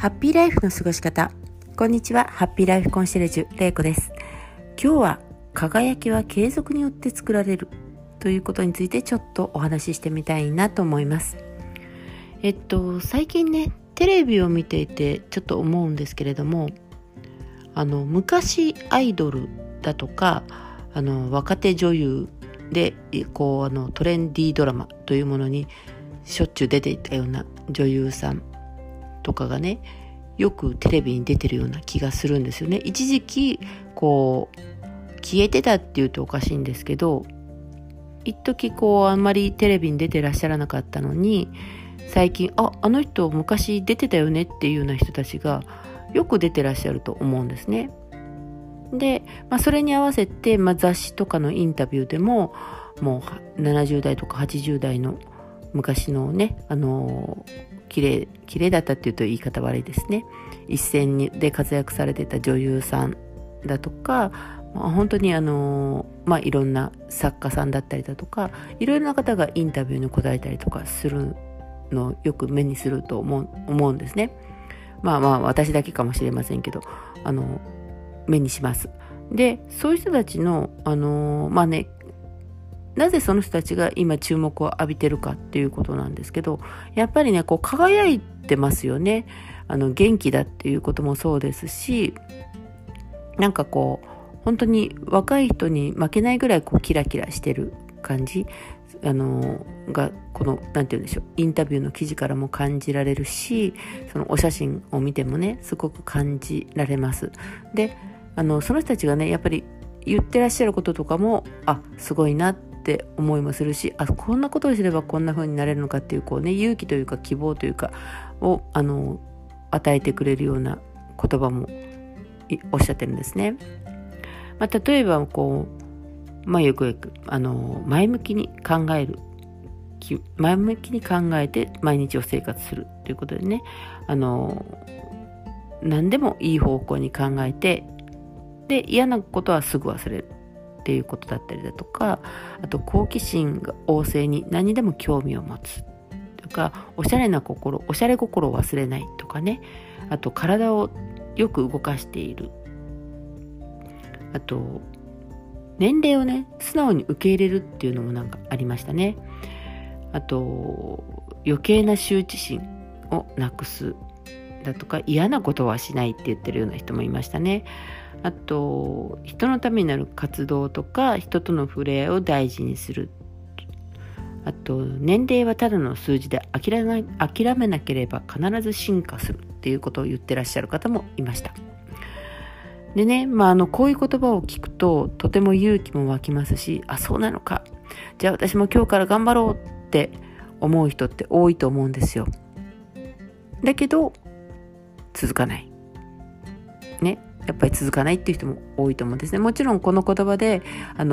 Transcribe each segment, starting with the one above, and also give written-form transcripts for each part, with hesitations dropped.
ハッピーライフの過ごし方。こんにちは、ハッピーライフコンシェルジュれいこです。今日は輝きは継続によって作られるということについてちょっとお話ししてみたいなと思います。最近ね、テレビを見ていてちょっと思うんですけれども、昔アイドルだとか若手女優でトレンディードラマというものにしょっちゅう出ていたような女優さんとかがね、よくテレビに出てるような気がするんですよね。一時期消えてたっていうとおかしいんですけど、一時あんまりテレビに出てらっしゃらなかったのに、最近あの人昔出てたよねっていうような人たちがよく出てらっしゃると思うんですね。で、それに合わせて、雑誌とかのインタビューでももう70代とか80代の昔のね、綺麗だったっていうと言い方悪いですね。一線で活躍されてた女優さんだとか、本当にいろんな作家さんだったりだとか、いろいろな方がインタビューに答えたりとかするのをよく目にすると思うんですね。私だけかもしれませんけど、目にします。で、そういう人たちのなぜその人たちが今注目を浴びてるかっていうことなんですけど、やっぱりね、輝いてますよね。元気だっていうこともそうですし、本当に若い人に負けないぐらいキラキラしてる感じがなんて言うんでしょう、インタビューの記事からも感じられるし、そのお写真を見てもね、すごく感じられます。で、その人たちがね、やっぱり言ってらっしゃることとかもすごいなって思いもするし、こんなことをすればこんな風になれるのかっていう勇気というか希望というかを与えてくれるような言葉もおっしゃってるんですね。例えばよく前向きに考えて毎日を生活するということでね、何でもいい方向に考えて、で嫌なことはすぐ忘れるっていうことだったりだとか、あと好奇心が旺盛に何にでも興味を持つとか、おしゃれ心を忘れないとかね、あと体をよく動かしている、あと年齢をね素直に受け入れるっていうのもありましたね。あと余計な羞恥心をなくすだとか、嫌なことはしないって言ってるような人もいましたね。あと人のためになる活動とか、人との触れ合いを大事にする。あと年齢はただの数字で諦めなければ必ず進化するっていうことを言ってらっしゃる方もいました。でね、こういう言葉を聞くととても勇気も湧きますし、そうなのか、じゃあ私も今日から頑張ろうって思う人って多いと思うんですよ。だけど続かないね、やっぱり続かないっていう人も多いと思うんですね。もちろんこの言葉で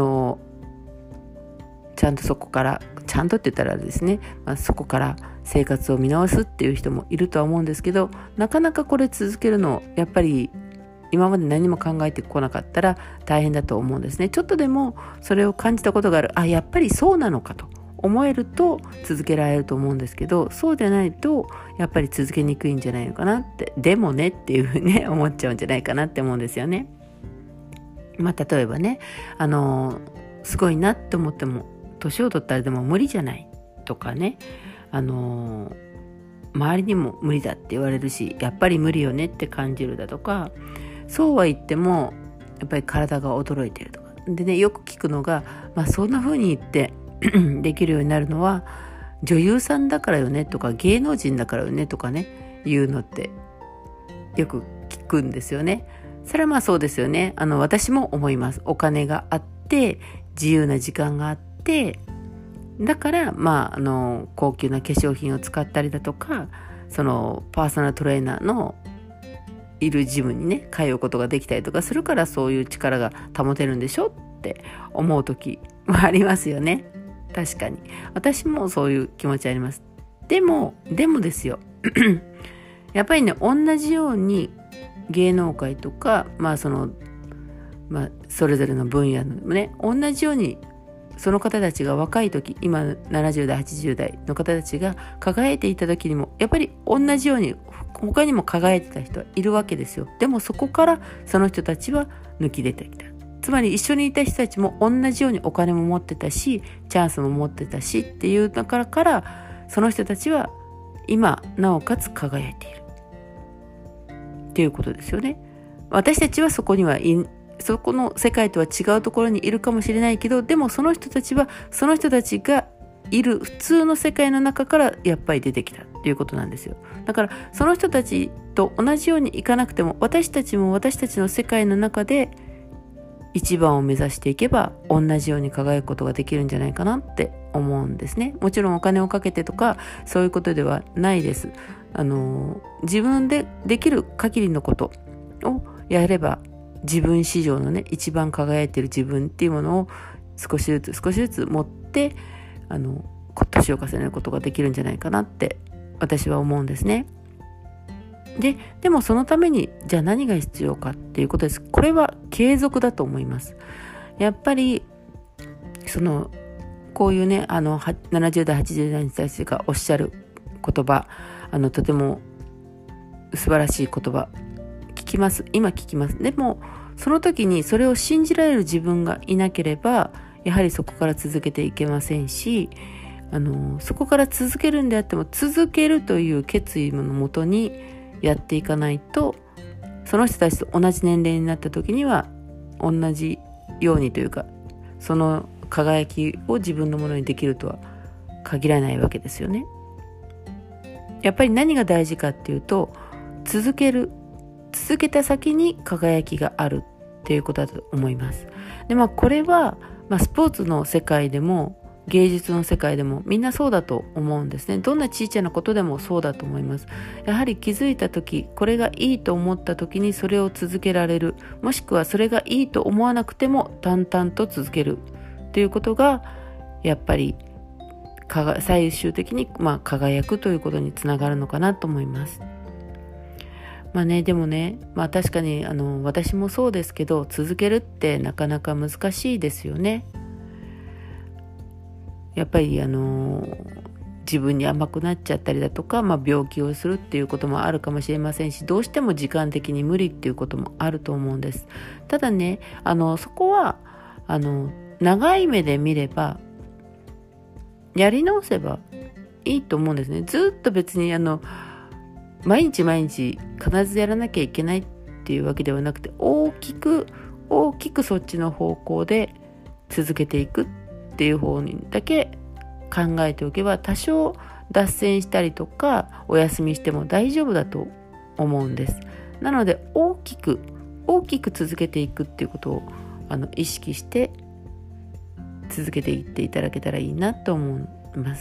ちゃんとそこからちゃんとって言ったらですね、そこから生活を見直すっていう人もいるとは思うんですけど、なかなかこれ続けるのやっぱり今まで何も考えてこなかったら大変だと思うんですね。ちょっとでもそれを感じたことがある、やっぱりそうなのかと思えると続けられると思うんですけど、そうでないとやっぱり続けにくいんじゃないのかなって、でもねっていうふうにね思っちゃうんじゃないかなって思うんですよね。例えばね、すごいなって思っても年を取ったらでも無理じゃないとかね、周りにも無理だって言われるし、やっぱり無理よねって感じるだとか、そうは言ってもやっぱり体が衰えてるとかでね、よく聞くのが、そんな風に言ってできるようになるのは女優さんだからよねとか、芸能人だからよねとかね、いうのってよく聞くんですよね。それはそうですよね。私も思います。お金があって自由な時間があって、だから高級な化粧品を使ったりだとか、そのパーソナルトレーナーのいるジムにね通うことができたりとかするから、そういう力が保てるんでしょって思う時もありますよね。確かに私もそういう気持ちあります。でもですよやっぱりね、同じように芸能界とかそれぞれの分野のね、同じようにその方たちが若い時、今70代80代の方たちが輝いていた時にもやっぱり同じように他にも輝いてた人はいるわけですよ。でもそこからその人たちは抜き出てきた。つまり一緒にいた人たちも同じようにお金も持ってたし、チャンスも持ってたしっていうだからその人たちは今なおかつ輝いているっていうことですよね。私たちはそこの世界とは違うところにいるかもしれないけど、でもその人たちはその人たちがいる普通の世界の中からやっぱり出てきたっていうことなんですよ。だからその人たちと同じようにいかなくても、私たちも私たちの世界の中で一番を目指していけば同じように輝くことができるんじゃないかなって思うんですね。もちろんお金をかけてとかそういうことではないです。自分でできる限りのことをやれば、自分史上のね一番輝いている自分っていうものを少しずつ持って年を重ねることができるんじゃないかなって私は思うんですね。でもそのためにじゃあ何が必要かっていうことです。これは継続だと思います。やっぱりこういうね70代80代の人たちがおっしゃる言葉、とても素晴らしい言葉今聞きます。でもその時にそれを信じられる自分がいなければやはりそこから続けていけませんし、そこから続けるんであっても続けるという決意のもとにやっていかないと、その人たちと同じ年齢になった時には同じようにというか、その輝きを自分のものにできるとは限らないわけですよね。やっぱり何が大事かっていうと、続けた先に輝きがあるっていうことだと思います。で、これは、スポーツの世界でも芸術の世界でもみんなそうだと思うんですね。どんな小さなことでもそうだと思います。やはり気づいた時、これがいいと思った時にそれを続けられる、もしくはそれがいいと思わなくても淡々と続けるっていうことがやっぱり最終的に輝くということにつながるのかなと思います。でもね、確かに私もそうですけど、続けるってなかなか難しいですよね。やっぱり自分に甘くなっちゃったりだとか、病気をするっていうこともあるかもしれませんし、どうしても時間的に無理っていうこともあると思うんです。ただね、そこは長い目で見ればやり直せばいいと思うんですね。ずっと別に毎日必ずやらなきゃいけないっていうわけではなくて、大きくそっちの方向で続けていくっていう方にだけ考えておけば、多少脱線したりとかお休みしても大丈夫だと思うんです。なので大きく続けていくっていうことを意識して続けていっていただけたらいいなと思います。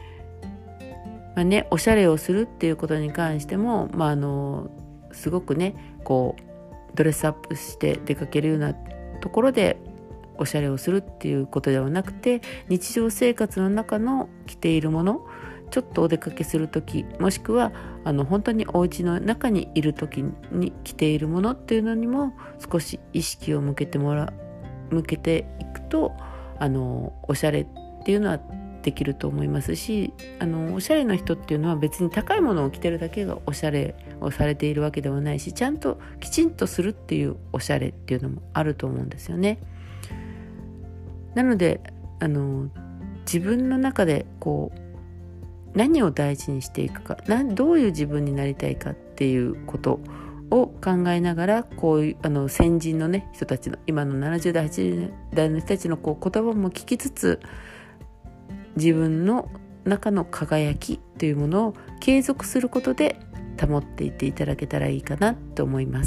おしゃれをするっていうことに関しても、すごくねドレスアップして出かけるようなところでおしゃれをするっていうことではなくて、日常生活の中の着ているもの、ちょっとお出かけするとき、もしくは本当にお家の中にいるときに着ているものっていうのにも少し意識を向けていくとおしゃれっていうのはできると思いますし、おしゃれの人っていうのは別に高いものを着てるだけがおしゃれをされているわけではないし、きちんとするっていうおしゃれっていうのもあると思うんですよね。なので自分の中で何を大事にしていくか、どういう自分になりたいかっていうことを考えながら、こういう先人のね人たちの今の70代80代の人たちの言葉も聞きつつ、自分の中の輝きというものを継続することで保っていっていただけたらいいかなと思います。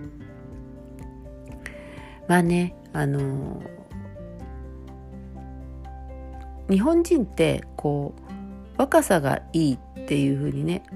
日本人って若さがいいっていう風にね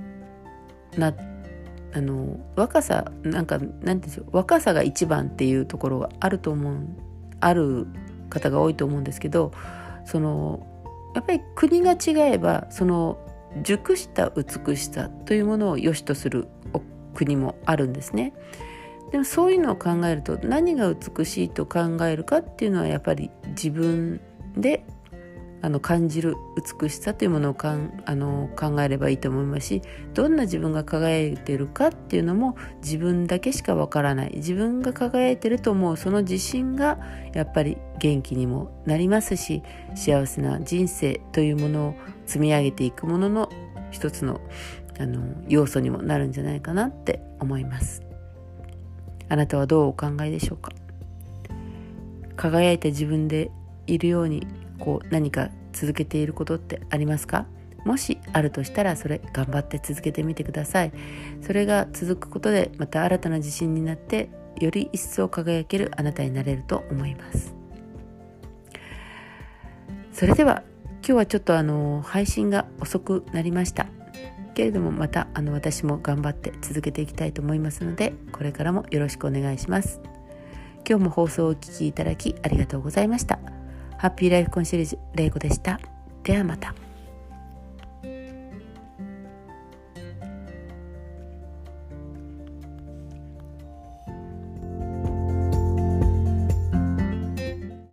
若さなんていうんでしょう、若さが一番っていうところがある方が多いと思うんですけど、やっぱり国が違えば熟した美しさというものを良しとする国もあるんですね。でもそういうのを考えると、何が美しいと考えるかっていうのはやっぱり自分で感じる美しさというものを考えればいいと思いますし、どんな自分が輝いているかっていうのも自分だけしかわからない。自分が輝いていると思うその自信がやっぱり元気にもなりますし、幸せな人生というものを積み上げていくものの一つの要素にもなるんじゃないかなって思います。あなたはどうお考えでしょうか。輝いた自分でいるように何か続けていることってありますか？もしあるとしたら、それ頑張って続けてみてください。それが続くことでまた新たな自信になって、より一層輝けるあなたになれると思います。それでは今日はちょっと配信が遅くなりましたけれども、また私も頑張って続けていきたいと思いますので、これからもよろしくお願いします。今日も放送をお聞きいただきありがとうございました。ハッピーライフコンシェルジュれいこでした。ではまた。